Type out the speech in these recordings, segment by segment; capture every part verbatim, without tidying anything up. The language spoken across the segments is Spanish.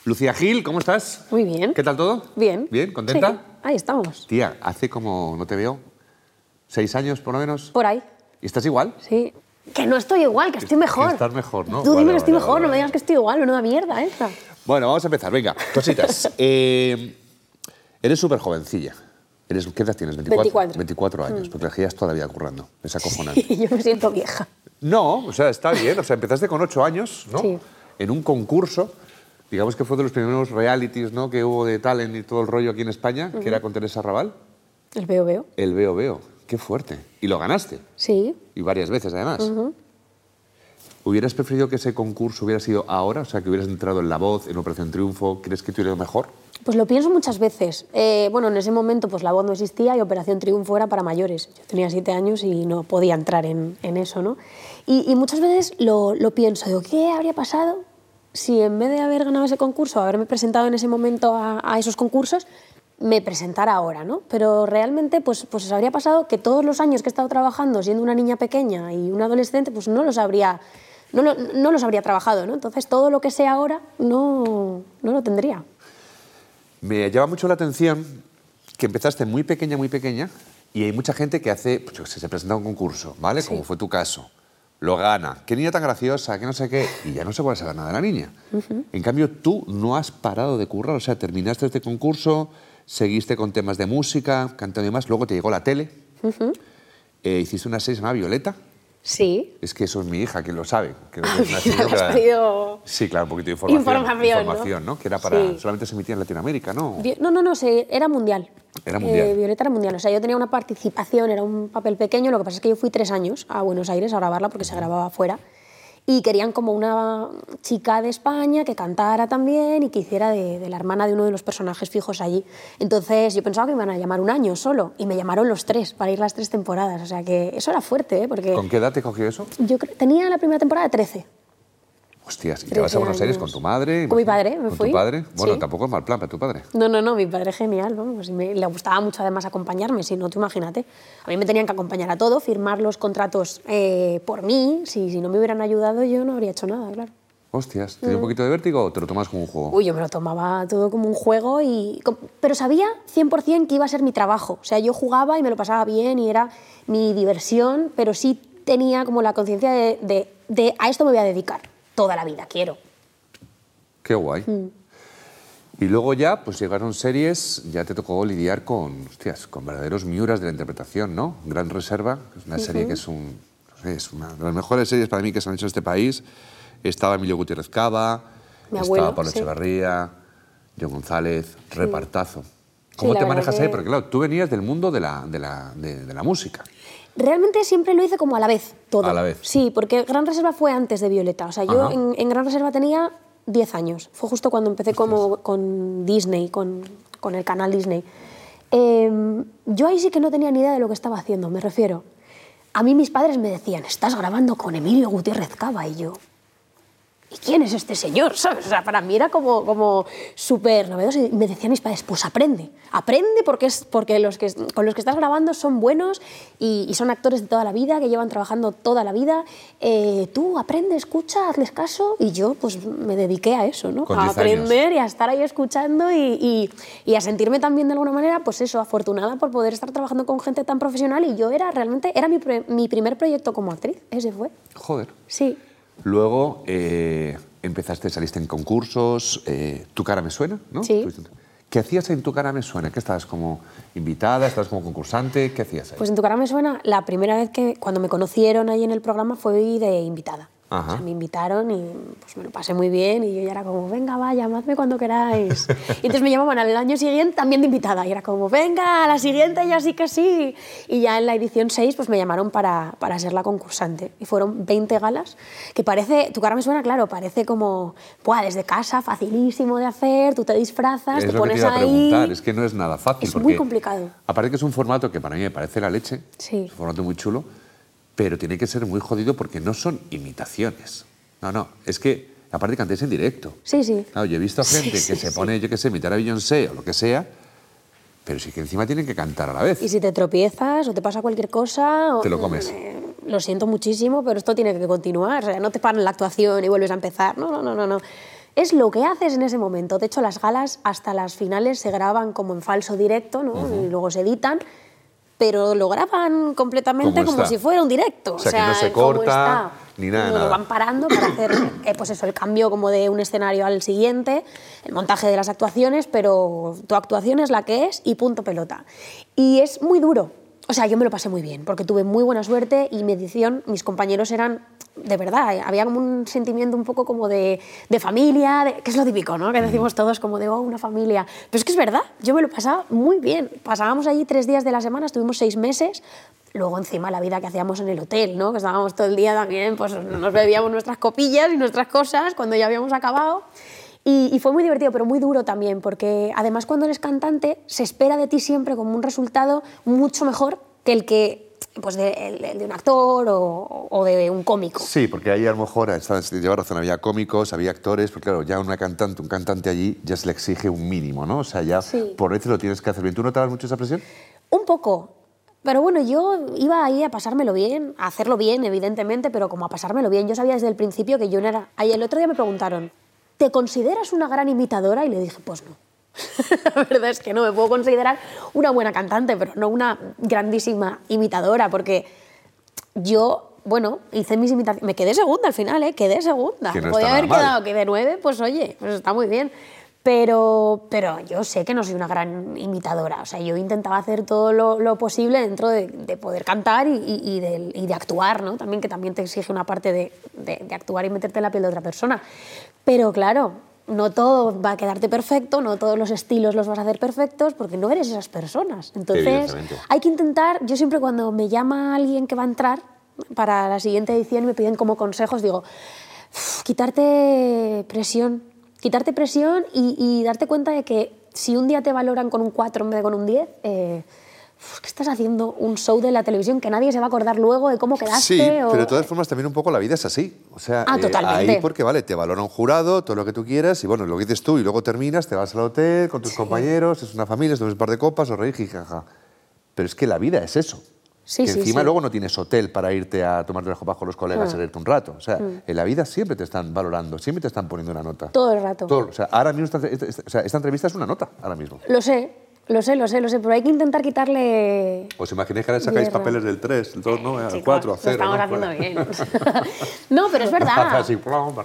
Lucía Gil, ¿cómo estás? Muy bien. ¿Qué tal todo? Bien. ¿Bien? ¿Contenta? Sí, ahí estamos. Tía, hace como, no te veo, seis años por lo menos. Por ahí. ¿Y estás igual? Sí. Que no estoy igual, que estoy mejor. Que estás mejor, ¿no? Tú Vale, dime que vale, estoy vale, mejor, vale, no me vale. digas que estoy igual, menuda mierda esta. Bueno, vamos a empezar, venga, cositas. eh, eres súper jovencilla. Eres, ¿Qué edad tienes? ¿veinticuatro? veinticuatro. veinticuatro años, porque la seguías todavía currando. Es acojonante. Y yo me siento vieja. No, o sea, está bien. O sea, empezaste con ocho años, ¿no? Sí. En un concurso, digamos que fue de los primeros realities, ¿no?, que hubo de talent y todo el rollo aquí en España, uh-huh. que era con Teresa Raval. El veo veo. El Veo Veo. Qué fuerte. Y lo ganaste. Sí. Y varias veces, además. Uh-huh. ¿Hubieras preferido que ese concurso hubiera sido ahora? O sea, que hubieras entrado en La Voz, en Operación Triunfo. ¿Crees que te hubiera ido mejor? Pues lo pienso muchas veces. Eh, bueno, en ese momento pues La Voz no existía y Operación Triunfo era para mayores. Yo tenía siete años y no podía entrar en, en eso, ¿no? Y, y muchas veces lo, lo pienso. Digo, ¿qué habría pasado si en vez de haber ganado ese concurso, haberme presentado en ese momento a, a esos concursos, me presentara ahora, ¿no? Pero realmente pues, pues habría pasado que todos los años que he estado trabajando siendo una niña pequeña y una adolescente, pues no los habría, no lo, no los habría trabajado, ¿no? Entonces todo lo que sé ahora no, no lo tendría. Me llama mucho la atención que empezaste muy pequeña, muy pequeña, y hay mucha gente que hace, pues, que se presenta a un concurso, ¿vale? Sí. Como fue tu caso. Lo gana. Qué niña tan graciosa, que no sé qué, y ya no se puede saber nada de la niña. Uh-huh. En cambio, tú no has parado de currar, o sea, terminaste este concurso, seguiste con temas de música, cantando y demás, luego te llegó la tele, uh-huh. eh, hiciste una serie llamada Violeta. Sí. Es que eso es mi hija, que lo sabe. Que Ah, es una serie has que pedido... Sí, claro, un poquito de información. Información, información ¿no? ¿no? Que era para... Sí. Solamente se emitía en Latinoamérica, ¿no? No, no, no, sí, era mundial. Era mundial. Eh, Violeta era mundial. O sea, yo tenía una participación, era un papel pequeño, lo que pasa es que yo fui tres años a Buenos Aires a grabarla porque se grababa afuera. Y querían como una chica de España que cantara también y que hiciera de, de la hermana de uno de los personajes fijos allí. Entonces yo pensaba que me iban a llamar un año solo y me llamaron los tres para ir las tres temporadas. O sea que eso era fuerte, ¿eh? Porque ¿Con qué edad te cogió eso? yo cre- tenía la primera temporada de trece. Hostias, ¿y te vas a Buenos Aires con tu madre? Con mi padre, me ¿Con fui. tu padre? Bueno, Sí. tampoco es mal plan para tu padre. No, no, no, mi padre es genial, vamos, y me, le gustaba mucho además acompañarme, si no, tú imagínate. A mí me tenían que acompañar a todo, firmar los contratos eh, por mí, si, si no me hubieran ayudado yo no habría hecho nada, claro. Hostias, ¿te dio un poquito de vértigo o te lo tomas como un juego? Uy, yo me lo tomaba todo como un juego, y, pero sabía cien por cien que iba a ser mi trabajo. O sea, yo jugaba y me lo pasaba bien y era mi diversión, pero sí tenía como la conciencia de, de, de a esto me voy a dedicar toda la vida, quiero. Qué guay. Mm. Y luego ya, pues llegaron series, ya te tocó lidiar con, hostias, con verdaderos miuras de la interpretación, ¿no? Gran Reserva, que es una uh-huh. serie que es, un, no sé, es una de las mejores series para mí que se han hecho en este país. Estaba Emilio Gutiérrez Cava, Mi estaba abuelo, Pablo sí. Echevarría, John González, sí. Repartazo. Sí, ¿Cómo la te verdad manejas que... ahí? Porque claro, tú venías del mundo de la, de la, de, de la música. Realmente siempre lo hice como a la vez, todo. A la vez. Sí, porque Gran Reserva fue antes de Violeta. O sea, yo en, en Gran Reserva tenía diez años. Fue justo cuando empecé como, con Disney, con, con el canal Disney. Eh, yo ahí sí que no tenía ni idea de lo que estaba haciendo, me refiero. A mí mis padres me decían, estás grabando con Emilio Gutiérrez Cava, y yo... ¿Y quién es este señor? ¿Sabes? O sea, para mí era como, como súper novedoso. Y me decían mis padres, pues aprende, aprende porque, es, porque los que, con los que estás grabando son buenos y, y son actores de toda la vida, que llevan trabajando toda la vida. Eh, tú aprende, escucha, hazles caso. Y yo pues me dediqué a eso, ¿no? Con a diez aprender años. y a estar ahí escuchando y, y, y a sentirme también de alguna manera, pues eso, afortunada por poder estar trabajando con gente tan profesional. Y yo era realmente, era mi, pre, mi primer proyecto como actriz, ese fue. Joder. Sí. Luego eh, empezaste, saliste en concursos, eh, Tu cara me suena, ¿no? Sí. ¿Qué hacías en Tu cara me suena? ¿Qué estabas como invitada? ¿Estabas como concursante? ¿Qué hacías ahí? Pues en Tu cara me suena, la primera vez que cuando me conocieron ahí en el programa fue de invitada. Ajá. O sea, me invitaron y pues me lo pasé muy bien y yo ya era como, venga, va, llamadme cuando queráis. Y entonces me llamaban al año siguiente también de invitada y era como, venga, a la siguiente ya sí que sí. Y ya en la edición seis pues me llamaron para, para ser la concursante. Y fueron veinte galas, que parece, Tu cara me suena, claro, parece como, buah, desde casa, facilísimo de hacer, tú te disfrazas, es te lo pones que te iba a ahí... preguntar, es que no es nada fácil. Es porque, muy complicado. Aparte que es un formato que para mí me parece la leche, Sí. es un formato muy chulo, pero tiene que ser muy jodido porque no son imitaciones. No, no, es que aparte cantéis en directo. Sí, sí. Claro, yo he visto a gente Sí, sí, que se sí. pone, yo qué sé, imitar a Beyoncé o lo que sea, pero sí que encima tienen que cantar a la vez. Y si te tropiezas o te pasa cualquier cosa... O, Te lo comes. Eh, lo siento muchísimo, pero esto tiene que continuar. O sea, no te paran la actuación y vuelves a empezar. No, no, no, no. no. es lo que haces en ese momento. De hecho, las galas hasta las finales se graban como en falso directo, ¿no? Uh-huh. Y luego se editan, pero lo graban completamente como si fuera un directo. O sea, o sea que no se corta ni nada, lo nada. van parando para hacer eh, pues eso, el cambio como de un escenario al siguiente, el montaje de las actuaciones, pero tu actuación es la que es y punto pelota. Y es muy duro. O sea, yo me lo pasé muy bien, porque tuve muy buena suerte y mi edición, mis compañeros eran, de verdad, había como un sentimiento un poco como de, de familia, de, que es lo típico, ¿no? Que decimos todos como de, oh, una familia. Pero es que es verdad, yo me lo pasaba muy bien. Pasábamos allí tres días de la semana, estuvimos seis meses, luego encima la vida que hacíamos en el hotel, ¿no? Que estábamos todo el día también, pues nos bebíamos nuestras copillas y nuestras cosas cuando ya habíamos acabado. Y, y fue muy divertido, pero muy duro también, porque además cuando eres cantante se espera de ti siempre como un resultado mucho mejor que el que pues de, el, de un actor o, o de un cómico. Sí, porque ahí a lo mejor, lleva razón, había cómicos, había actores, porque claro, ya una cantante, un cantante allí ya se le exige un mínimo, ¿no? O sea, ya sí. por eso lo tienes que hacer bien. ¿Tú notabas mucho esa presión? Un poco. Pero bueno, yo iba ahí a pasármelo bien, a hacerlo bien, evidentemente, pero como a pasármelo bien. Yo sabía desde el principio que yo no era... Ahí el otro día me preguntaron, ¿te consideras una gran imitadora? Y le dije, pues no. La verdad es que no, me puedo considerar una buena cantante, pero no una grandísima imitadora, porque yo, bueno, hice mis imitaciones, me quedé segunda al final, ¿eh? Quedé segunda. No podía haber mal. quedado que de nueve, pues oye, pues está muy bien. Pero, pero yo sé que no soy una gran imitadora, o sea, yo intentaba hacer todo lo, lo posible dentro de, de poder cantar y, y, y, de, y de actuar, ¿no? También, que también te exige una parte de, de, de actuar y meterte en la piel de otra persona. Pero claro, no todo va a quedarte perfecto, no todos los estilos los vas a hacer perfectos, porque no eres esas personas. Entonces, hay que intentar, yo siempre cuando me llama alguien que va a entrar para la siguiente edición y me piden como consejos, digo, quitarte presión, quitarte presión y, y darte cuenta de que si un día te valoran con un cuatro en vez de con un diez, eh, ¿qué estás haciendo? Un show de la televisión que nadie se va a acordar luego de cómo quedaste. Sí, o... pero de todas formas también un poco la vida es así. O sea, ah, eh, totalmente. ahí porque, vale, te valora un jurado, todo lo que tú quieras, y bueno, lo que dices tú, y luego terminas, te vas al hotel con tus sí. compañeros, es una familia, tomas un par de copas, os reís, jijaja. Pero es que la vida es eso. Sí, que sí, encima sí. luego no tienes hotel para irte a tomarte las copas con los colegas, mm. a reírte un rato. O sea, mm. en la vida siempre te están valorando, siempre te están poniendo una nota. Todo el rato. Todo, o sea, ahora mismo esta, esta, esta, o sea, esta entrevista es una nota, ahora mismo. Lo sé, lo sé, lo sé, lo sé, pero hay que intentar quitarle... ¿Os imagináis que ahora sacáis hierro. Papeles del tres, el dos, no? Eh, al chicos, cuatro, a cero. Lo estamos ¿no? haciendo bien. No, pero es verdad. Así,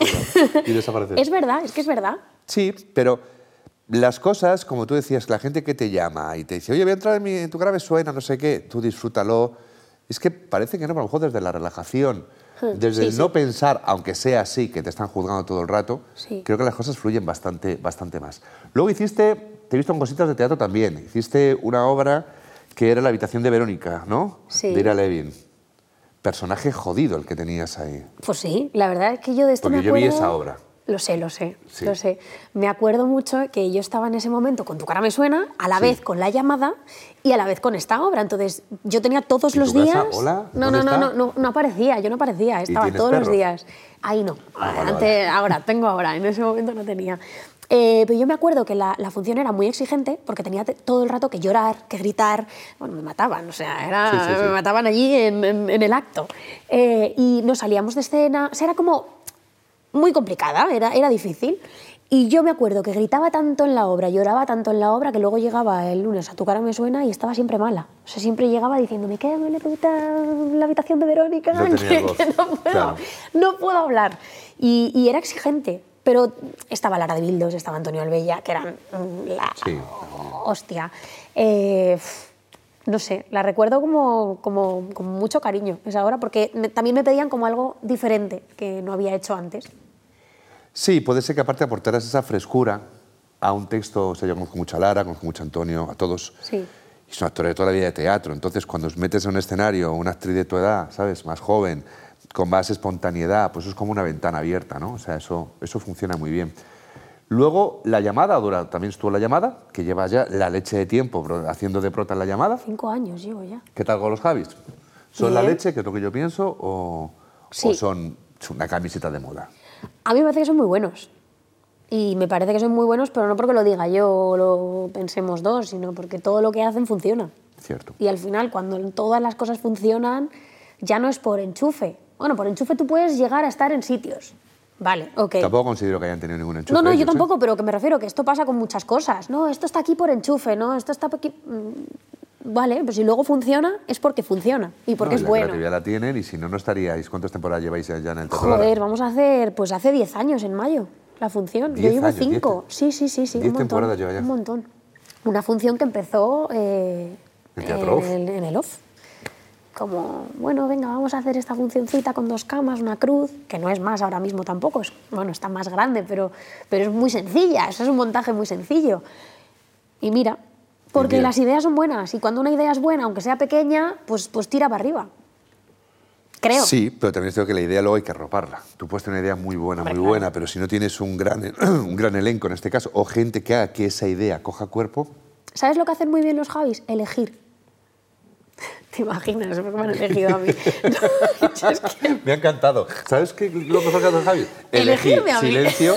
y desaparecer. Es verdad, es que es verdad. Sí, pero las cosas, como tú decías, la gente que te llama y te dice, oye, voy a entrar en, mi, en tu grave suena, no sé qué, tú disfrútalo. Es que parece que no, pero a lo mejor desde la relajación, desde sí, el sí. no pensar, aunque sea así, que te están juzgando todo el rato, sí. creo que las cosas fluyen bastante, bastante más. Luego hiciste, te he visto en cositas de teatro también, hiciste una obra que era La habitación de Verónica, ¿no? Sí. De Ira Levin. Personaje jodido el que tenías ahí. Pues sí, la verdad es que yo de esto Porque me acuerdo... yo vi esa obra. Lo sé, lo sé, sí. lo sé. Me acuerdo mucho que yo estaba en ese momento con Tu cara me suena, a la sí. vez con La llamada y a la vez con esta obra. Entonces, yo tenía todos ¿Y los tu días... casa? ¿Hola? No, no, no, no, no, no aparecía, yo no aparecía, estaba todos perros? los días. Ahí no, Ah, vale, Antes, vale. ahora, tengo ahora, en ese momento no tenía. Eh, pero yo me acuerdo que la, la función era muy exigente porque tenía todo el rato que llorar, que gritar. Bueno, me mataban, o sea, era, sí, sí, sí. me mataban allí en, en, en el acto. Eh, y nos salíamos de escena, o sea, era como... muy complicada, era, era difícil. Y yo me acuerdo que gritaba tanto en la obra, lloraba tanto en la obra, que luego llegaba el lunes a Tu cara me suena y estaba siempre mala. O sea, siempre llegaba diciéndome, ¿qué me le pregunta la habitación de Verónica? No que, que no, puedo, claro. no puedo hablar. Y, y era exigente, pero estaba Lara de Bildos, estaba Antonio Albella, que eran la sí. hostia. Eh, no sé, la recuerdo como, como, con mucho cariño esa obra, porque me, también me pedían como algo diferente que no había hecho antes. Sí, puede ser que aparte aportaras esa frescura a un texto, o sea, yo conozco mucho a Lara, conozco mucho a Antonio, a todos. Sí. Y son actores de toda la vida de teatro, entonces cuando os metes en un escenario, una actriz de tu edad, ¿sabes?, más joven, con más espontaneidad, pues eso es como una ventana abierta, ¿no? O sea, eso, eso funciona muy bien. Luego, La llamada, dura, también estuvo La llamada, que lleva ya la leche de tiempo haciendo de prota en La llamada. Cinco años llevo ya. ¿Qué tal con los Javis? ¿Son Bien. la leche, que es lo que yo pienso, o, sí. o son una camiseta de moda? A mí me parece que son muy buenos. Y me parece que son muy buenos, pero no porque lo diga yo o lo pensemos dos, sino porque todo lo que hacen funciona. Cierto. Y al final, cuando todas las cosas funcionan, ya no es por enchufe. Bueno, por enchufe tú puedes llegar a estar en sitios, Vale, ok. Tampoco considero que hayan tenido ningún enchufe. No, no, ellos, yo tampoco, ¿eh? pero que me refiero que esto pasa con muchas cosas. No, esto está aquí por enchufe, no, esto está aquí... Vale, pues si luego funciona, es porque funciona y porque No, es la bueno. La creatividad la tienen y si no, no estaríais... ¿Cuántas temporadas lleváis ya en el Teatro Joder, Lara? vamos a hacer, pues hace diez años en mayo, la función. Yo llevo años, cinco. diez. Sí, sí, sí, sí, Diez un montón. temporadas lleva ya. Un montón. Una función que empezó eh, ¿El Teatro Off? en, el, en el Off. Como, bueno, venga, vamos a hacer esta funcioncita con dos camas, una cruz, que no es más ahora mismo tampoco, es, bueno, está más grande, pero, pero es muy sencilla, eso es un montaje muy sencillo. Y mira, porque y mira. las ideas son buenas, y cuando una idea es buena, aunque sea pequeña, pues, pues tira para arriba. Creo. Sí, pero también creo que la idea luego hay que arroparla. Tú puedes tener una idea muy buena, Hombre, muy claro. buena, pero si no tienes un gran, un gran elenco en este caso, o gente que haga que esa idea coja cuerpo... ¿Sabes lo que hacen muy bien los Javis? Elegir. ¿Te imaginas? ¿Por qué me han elegido a mí? No, es que... Me ha encantado. ¿Sabes qué lo mejor que hace Javi? Elegirme a mí. Silencio.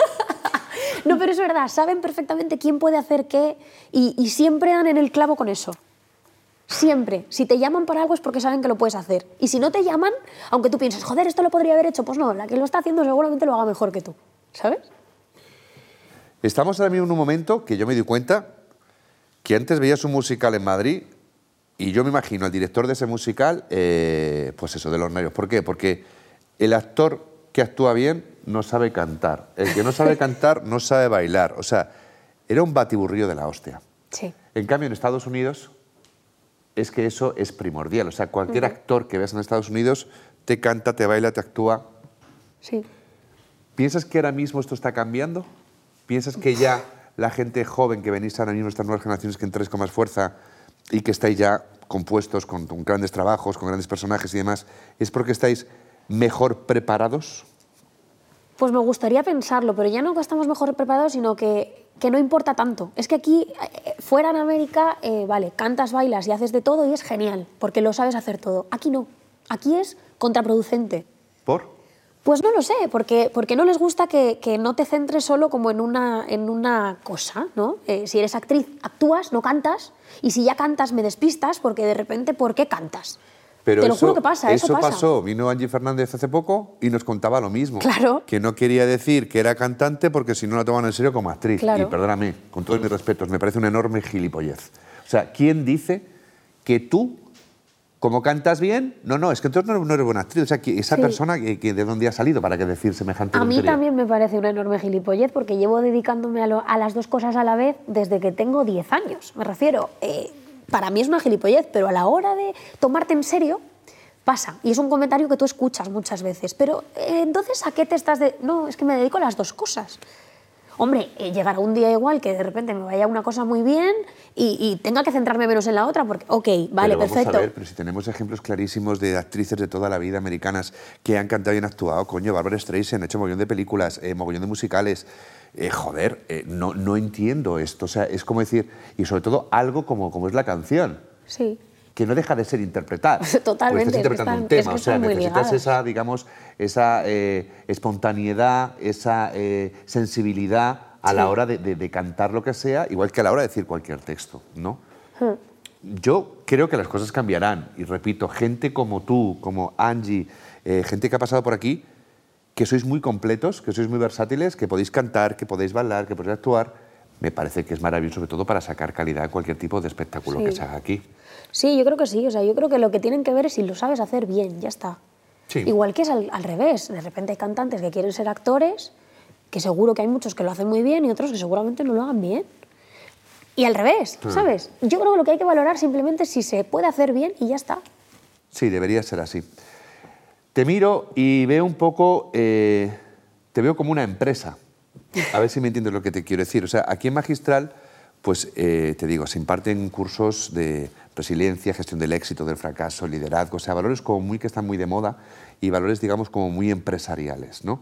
No, pero es verdad, saben perfectamente quién puede hacer qué y, y siempre dan en el clavo con eso. Siempre. Si te llaman para algo es porque saben que lo puedes hacer. Y si no te llaman, aunque tú pienses, joder, esto lo podría haber hecho, pues no, la que lo está haciendo seguramente lo haga mejor que tú. ¿Sabes? Estamos ahora mismo en un momento que yo me di cuenta que antes veías un musical en Madrid y yo me imagino al director de ese musical, eh, pues eso, de los nervios. ¿Por qué? Porque el actor que actúa bien no sabe cantar. El que no sabe cantar no sabe bailar. O sea, era un batiburrillo de la hostia. Sí. En cambio, en Estados Unidos es que eso es primordial. O sea, cualquier Uh-huh. actor que veas en Estados Unidos te canta, te baila, te actúa. Sí. ¿Piensas que ahora mismo esto está cambiando? ¿Piensas que ya la gente joven que venís ahora mismo, estas nuevas generaciones que entráis con más fuerza y que estáis ya compuestos con, con grandes trabajos, con grandes personajes y demás, es porque estáis mejor preparados? Pues me gustaría pensarlo, pero ya no que estamos mejor preparados, sino que, que no importa tanto. Es que aquí, eh, fuera en América, eh, vale, cantas, bailas y haces de todo y es genial, porque lo sabes hacer todo. Aquí no. Aquí es contraproducente. ¿Por? Pues no lo sé, porque, porque no les gusta que, que no te centres solo como en una, en una cosa, ¿no? Eh, si eres actriz, actúas, no cantas, y si ya cantas me despistas, porque de repente, ¿por qué cantas? Pero Te lo eso, juro que pasa, eso, eso pasa. pasó. Vino Angie Fernández hace poco y nos contaba lo mismo. Claro. Que no quería decir que era cantante porque si no la tomaban en serio como actriz. Claro. Y perdóname, con todos mis respetos, me parece una enorme gilipollez. O sea, ¿quién dice que tú, como cantas bien, no, no, es que entonces no, no eres buena actriz? O sea, que esa Sí. persona, que, que ¿de dónde ha salido para que decir semejante A mí tontería? también me parece una enorme gilipollez porque llevo dedicándome a, lo, a las dos cosas a la vez desde que tengo diez años. Me refiero, eh, para mí es una gilipollez, pero a la hora de tomarte en serio, pasa. Y es un comentario que tú escuchas muchas veces. Pero eh, entonces, ¿a qué te estás de...? No, es que me dedico a las dos cosas. Hombre, eh, llegará un día igual que de repente me vaya una cosa muy bien y, y tenga que centrarme menos en la otra porque, ok, vale, pero vamos perfecto. A ver, pero si tenemos ejemplos clarísimos de actrices de toda la vida americanas que han cantado y han actuado, coño, Barbra Streisand, han hecho mogollón de películas, eh, mogollón de musicales. Eh, joder, eh, no, no entiendo esto. O sea, es como decir, y sobre todo algo como, como es la canción. Sí. Que no deja de ser interpretar. Totalmente, Porque estás interpretando están- un tema, es que o sea, están muy necesitas ligadas. esa, digamos, esa eh, espontaneidad, esa eh, sensibilidad a Sí. la hora de, de- de cantar lo que sea, igual que a la hora de decir cualquier texto, ¿no? Hmm. Yo creo que las cosas cambiarán, y repito, gente como tú, como Angie, eh, gente que ha pasado por aquí, que sois muy completos, que sois muy versátiles, que podéis cantar, que podéis bailar, que podéis actuar, me parece que es maravilloso, sobre todo para sacar calidad a cualquier tipo de espectáculo Sí. que se haga aquí. Sí, yo creo que sí. O sea, yo creo que lo que tienen que ver es si lo sabes hacer bien, ya está. Sí. Igual que es al, al revés. De repente hay cantantes que quieren ser actores, que seguro que hay muchos que lo hacen muy bien y otros que seguramente no lo hagan bien. Y al revés, Sí. ¿sabes? Yo creo que lo que hay que valorar simplemente es si se puede hacer bien y ya está. Sí, debería ser así. Te miro y veo un poco, eh, te veo como una empresa. A ver si me entiendes lo que te quiero decir. O sea, aquí en Magistral, pues eh, te digo, se imparten cursos de resiliencia, gestión del éxito, del fracaso, liderazgo, o sea, valores como muy que están muy de moda y valores, digamos, como muy empresariales, ¿no?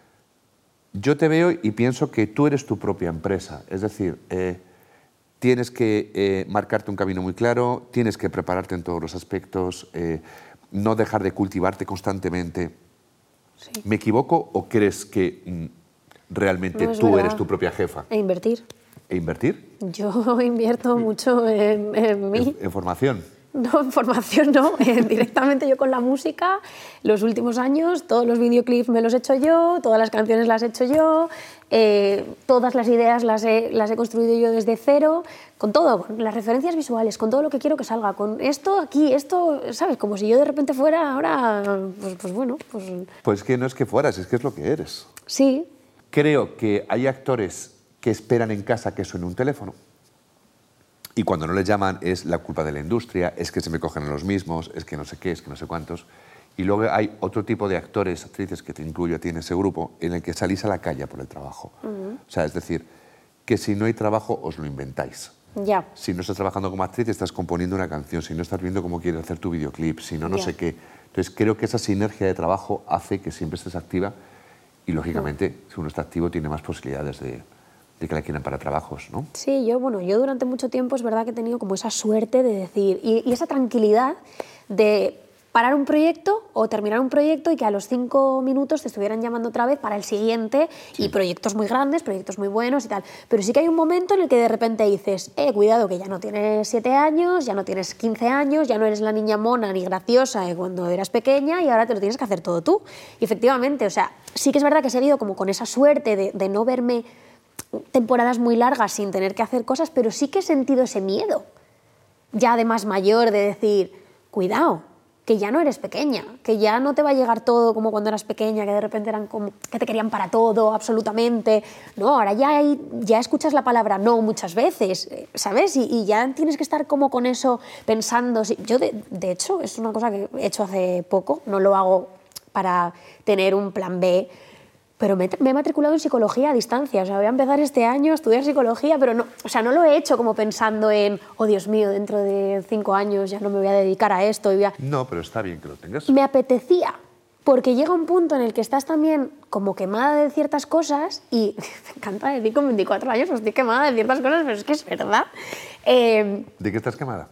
Yo te veo y pienso que tú eres tu propia empresa, es decir, eh, tienes que eh, marcarte un camino muy claro, tienes que prepararte en todos los aspectos, eh, no dejar de cultivarte constantemente. Sí. ¿Me equivoco o crees que mm, realmente No, es tú verdad. eres tu propia jefa? E invertir. ¿E invertir? Yo invierto mucho en, en mí. ¿En, en formación? no, formación no, eh, directamente yo con la música, los últimos años, todos los videoclips me los he hecho yo, todas las canciones las he hecho yo, eh, todas las ideas las he, las he construido yo desde cero, con todo, con las referencias visuales, con todo lo que quiero que salga, con esto, aquí, esto, ¿sabes? Como si yo de repente fuera ahora, pues, pues bueno, pues... Pues que no es que fueras, es que es lo que eres. Sí. Creo que hay actores que esperan en casa que suene un teléfono. Y cuando no les llaman es la culpa de la industria, es que se me cogen a los mismos, es que no sé qué, es que no sé cuántos. Y luego hay otro tipo de actores, actrices, que te incluyo a ti en ese grupo, en el que salís a la calle por el trabajo. Uh-huh. O sea, es decir, que si no hay trabajo os lo inventáis. Ya. Si no estás trabajando como actriz, estás componiendo una canción, si no estás viendo cómo quieres hacer tu videoclip, si no, no ya. sé qué. Entonces creo que esa sinergia de trabajo hace que siempre estés activa y, lógicamente, uh-huh. si uno está activo tiene más posibilidades de... de que la quieran para trabajos, ¿no? Sí, yo, bueno, yo durante mucho tiempo es verdad que he tenido como esa suerte de decir, y, y esa tranquilidad de parar un proyecto o terminar un proyecto y que a los cinco minutos te estuvieran llamando otra vez para el siguiente, sí. y proyectos muy grandes, proyectos muy buenos y tal. Pero sí que hay un momento en el que de repente dices, eh, cuidado, que ya no tienes siete años, ya no tienes quince años, ya no eres la niña mona ni graciosa de cuando eras pequeña y ahora te lo tienes que hacer todo tú. Y efectivamente, o sea, sí que es verdad que he seguido como con esa suerte de, de no verme temporadas muy largas sin tener que hacer cosas, pero sí que he sentido ese miedo, ya de más mayor, de decir, cuidado, que ya no eres pequeña, que ya no te va a llegar todo como cuando eras pequeña, que de repente eran como que te querían para todo, absolutamente. No, ahora ya, hay, ya escuchas la palabra no muchas veces, ¿sabes? Y, y ya tienes que estar como con eso pensando. Yo, de, de hecho, es una cosa que he hecho hace poco, no lo hago para tener un plan B, pero me, me he matriculado en psicología a distancia. O sea, voy a empezar este año a estudiar psicología, pero no, o sea, no lo he hecho como pensando en, oh Dios mío, dentro de cinco años ya no me voy a dedicar a esto. Y voy a... No, pero está bien que lo tengas. Me apetecía, porque llega un punto en el que estás también como quemada de ciertas cosas y me encanta decir con veinticuatro años, pues estoy quemada de ciertas cosas, pero es que es verdad. Eh, ¿De qué estás quemada?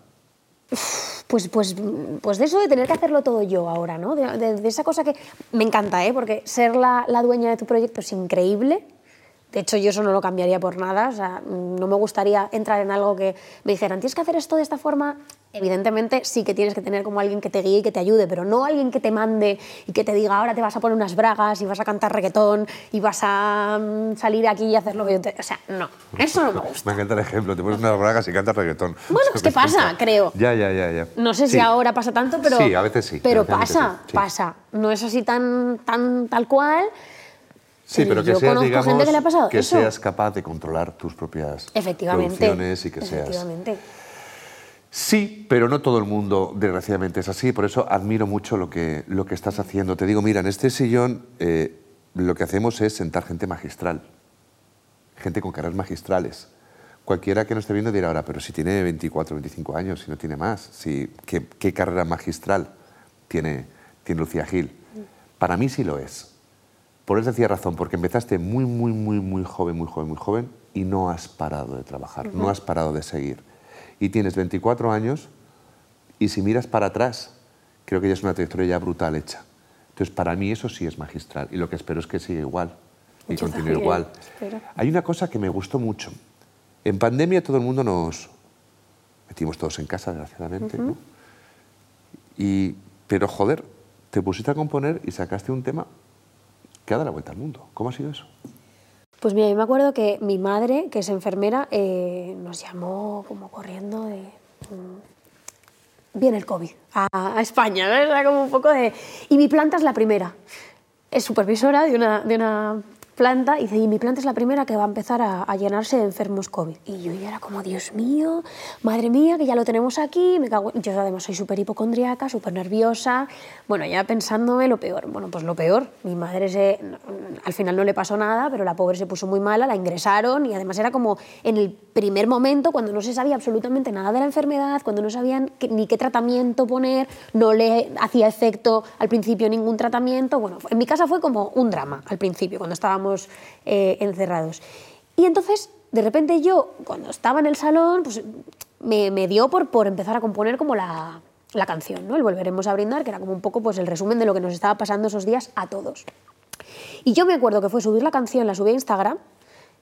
Pues, pues, pues de eso de tener que hacerlo todo yo ahora, ¿no? De, de, de esa cosa que me encanta, ¿eh? Porque ser la, la dueña de tu proyecto es increíble. De hecho, yo eso no lo cambiaría por nada. O sea, no me gustaría entrar en algo que me dijeran, tienes que hacer esto de esta forma. Evidentemente, sí que tienes que tener como alguien que te guíe y que te ayude, pero no alguien que te mande y que te diga, ahora te vas a poner unas bragas y vas a cantar reggaetón y vas a um, salir aquí y hacer lo que yo te... O sea, no, eso no me gusta. Me encanta el ejemplo, te pones unas bragas y cantas reggaetón. Bueno, es que pasa, creo. Ya, ya, ya, ya. No sé si sí. ahora pasa tanto, pero... Sí, a veces sí. Pero pasa, sí, sí. pasa. No es así tan, tan tal cual... Sí, pero que, seas, digamos, gente que, le ha pasado que eso. seas capaz de controlar tus propias Efectivamente. producciones y que Efectivamente. seas... Sí, pero no todo el mundo, desgraciadamente, es así. Por eso admiro mucho lo que, lo que estás haciendo. Te digo, mira, en este sillón eh, lo que hacemos es sentar gente magistral, gente con carreras magistrales. Cualquiera que nos esté viendo dirá ahora, pero si tiene veinticuatro, veinticinco años, si no tiene más, si, ¿qué, qué carrera magistral tiene, tiene Lucía Gil? Para mí sí lo es. Por esa sencilla razón, porque empezaste muy, muy, muy, muy joven, muy joven, muy joven y no has parado de trabajar, uh-huh. no has parado de seguir. Y tienes veinticuatro años y si miras para atrás, creo que ya es una trayectoria ya brutal hecha. Entonces, para mí eso sí es magistral y lo que espero es que siga igual y Yo continúe igual. Espero. Hay una cosa que me gustó mucho. En pandemia todo el mundo nos metimos todos en casa, desgraciadamente, uh-huh. ¿no? Y, pero, joder, te pusiste a componer y sacaste un tema que ha dado la vuelta al mundo. ¿Cómo ha sido eso? Pues mira, yo me acuerdo que mi madre, que es enfermera, eh, nos llamó como corriendo de... Um, viene el COVID a, a España, ¿no? Era como un poco de... Y mi planta es la primera. Es supervisora de una, de una planta y dice, y mi planta es la primera que va a empezar a, a llenarse de enfermos COVID. Y yo ya era como, Dios mío, madre mía, que ya lo tenemos aquí, me cago... Yo además soy súper hipocondríaca, súper nerviosa, bueno, ya pensándome lo peor. Bueno, pues lo peor, mi madre se... al final no le pasó nada, pero la pobre se puso muy mala, la ingresaron y además era como en el primer momento, cuando no se sabía absolutamente nada de la enfermedad, cuando no sabían que, ni qué tratamiento poner, no le hacía efecto al principio ningún tratamiento. Bueno, en mi casa fue como un drama al principio, cuando estábamos Eh, encerrados. Y entonces, de repente yo, cuando estaba en el salón, pues me, me dio por, por empezar a componer como la, la canción, ¿no? El Volveremos a brindar, que era como un poco pues, el resumen de lo que nos estaba pasando esos días a todos. Y yo me acuerdo que fue subir la canción, la subí a Instagram,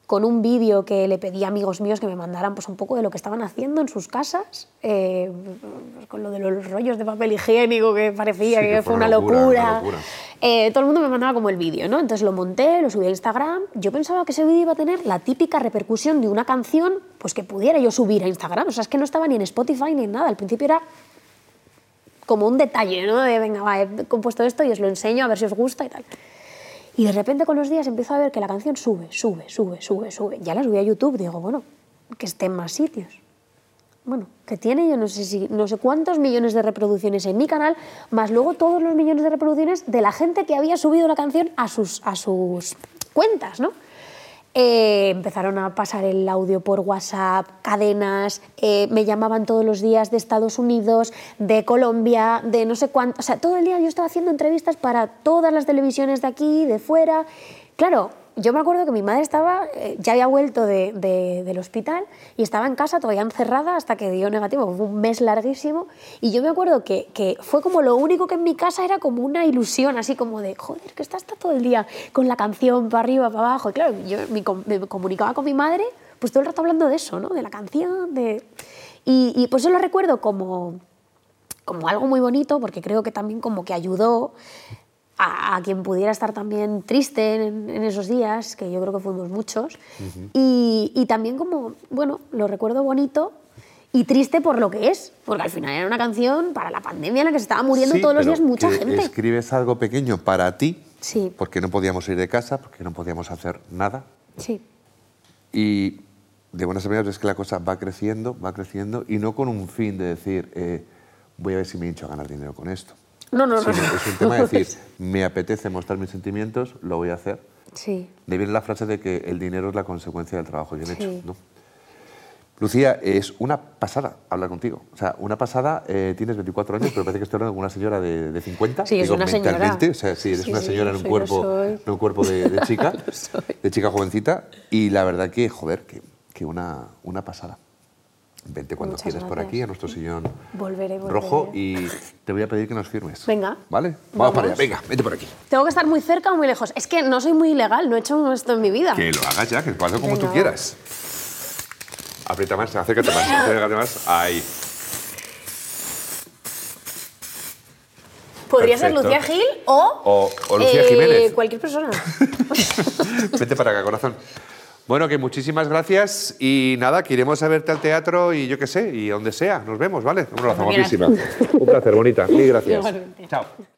con un vídeo que le pedí a amigos míos que me mandaran pues, un poco de lo que estaban haciendo en sus casas, eh, con lo de los rollos de papel higiénico que parecía sí, que, que fue una locura. locura. Una locura. Eh, todo el mundo me mandaba como el vídeo, ¿no? Entonces lo monté, lo subí a Instagram. Yo pensaba que ese vídeo iba a tener la típica repercusión de una canción pues que pudiera yo subir a Instagram. O sea, es que no estaba ni en Spotify ni en nada. Al principio era como un detalle, ¿no? De, venga, va, he compuesto esto y os lo enseño a ver si os gusta y tal. Y de repente con los días empiezo a ver que la canción sube, sube, sube, sube, sube. Ya la subí a YouTube, digo, bueno, que esté en más sitios. Bueno, que tiene yo no sé, si, no sé cuántos millones de reproducciones en mi canal, más luego todos los millones de reproducciones de la gente que había subido la canción a sus, a sus cuentas, ¿no? Eh, empezaron a pasar el audio por WhatsApp, cadenas, eh, me llamaban todos los días de Estados Unidos, de Colombia, de no sé cuánto, o sea, todo el día yo estaba haciendo entrevistas para todas las televisiones de aquí, de fuera. Claro, yo me acuerdo que mi madre estaba, eh, ya había vuelto de, de, del hospital y estaba en casa todavía encerrada hasta que dio negativo, fue un mes larguísimo, y yo me acuerdo que, que fue como lo único que en mi casa era como una ilusión, así como de, joder, que está, está todo el día con la canción para arriba, para abajo, y claro, yo me, me comunicaba con mi madre pues todo el rato hablando de eso, ¿no? De la canción, de... Y, y pues yo lo recuerdo como, como algo muy bonito, porque creo que también como que ayudó a, a quien pudiera estar también triste en, en esos días, que yo creo que fuimos muchos, uh-huh. y, y también como, bueno, lo recuerdo bonito y triste por lo que es, porque al final era una canción para la pandemia en la que se estaba muriendo sí, todos los días mucha que gente. Escribes algo pequeño para ti, sí. porque no podíamos ir de casa, porque no podíamos hacer nada. Sí. Y de buenas a primeras ves que la cosa va creciendo, va creciendo, y no con un fin de decir, eh, voy a ver si me he hecho a ganar dinero con esto. No, no, no. Es un tema de decir, me apetece mostrar mis sentimientos, lo voy a hacer. Sí. De viene la frase de que el dinero es la consecuencia del trabajo bien sí. hecho, ¿no? Lucía, es una pasada hablar contigo. O sea, una pasada, eh, tienes veinticuatro años, pero parece que estoy hablando con una señora de, de cincuenta. Sí, es digo, una señora. O sea, sí, eres sí, una sí, señora en un, soy, cuerpo, en un cuerpo de, de chica, de chica jovencita. Y la verdad que, joder, que, que una, una pasada. Vente cuando Muchas quieras gracias. por aquí, a nuestro sillón volveré, volveré. rojo, y te voy a pedir que nos firmes. Venga. ¿Vale? Vamos, Vamos para allá. Venga, vete por aquí. ¿Tengo que estar muy cerca o muy lejos? Es que no soy muy ilegal, no he hecho esto en mi vida. Que lo hagas ya, que lo hagas como Venga, tú quieras. Aprieta más, acércate más, acércate más. Ahí. Podría Perfecto. ser Lucía Gil o... O, o Lucía eh, Jiménez. Cualquier persona. Vete para acá, corazón. Bueno, que muchísimas gracias y nada, que iremos a verte al teatro y yo qué sé, y donde sea. Nos vemos, ¿vale? Un abrazo, guapísima. Un placer, bonita. Mil gracias. Igualmente. Chao.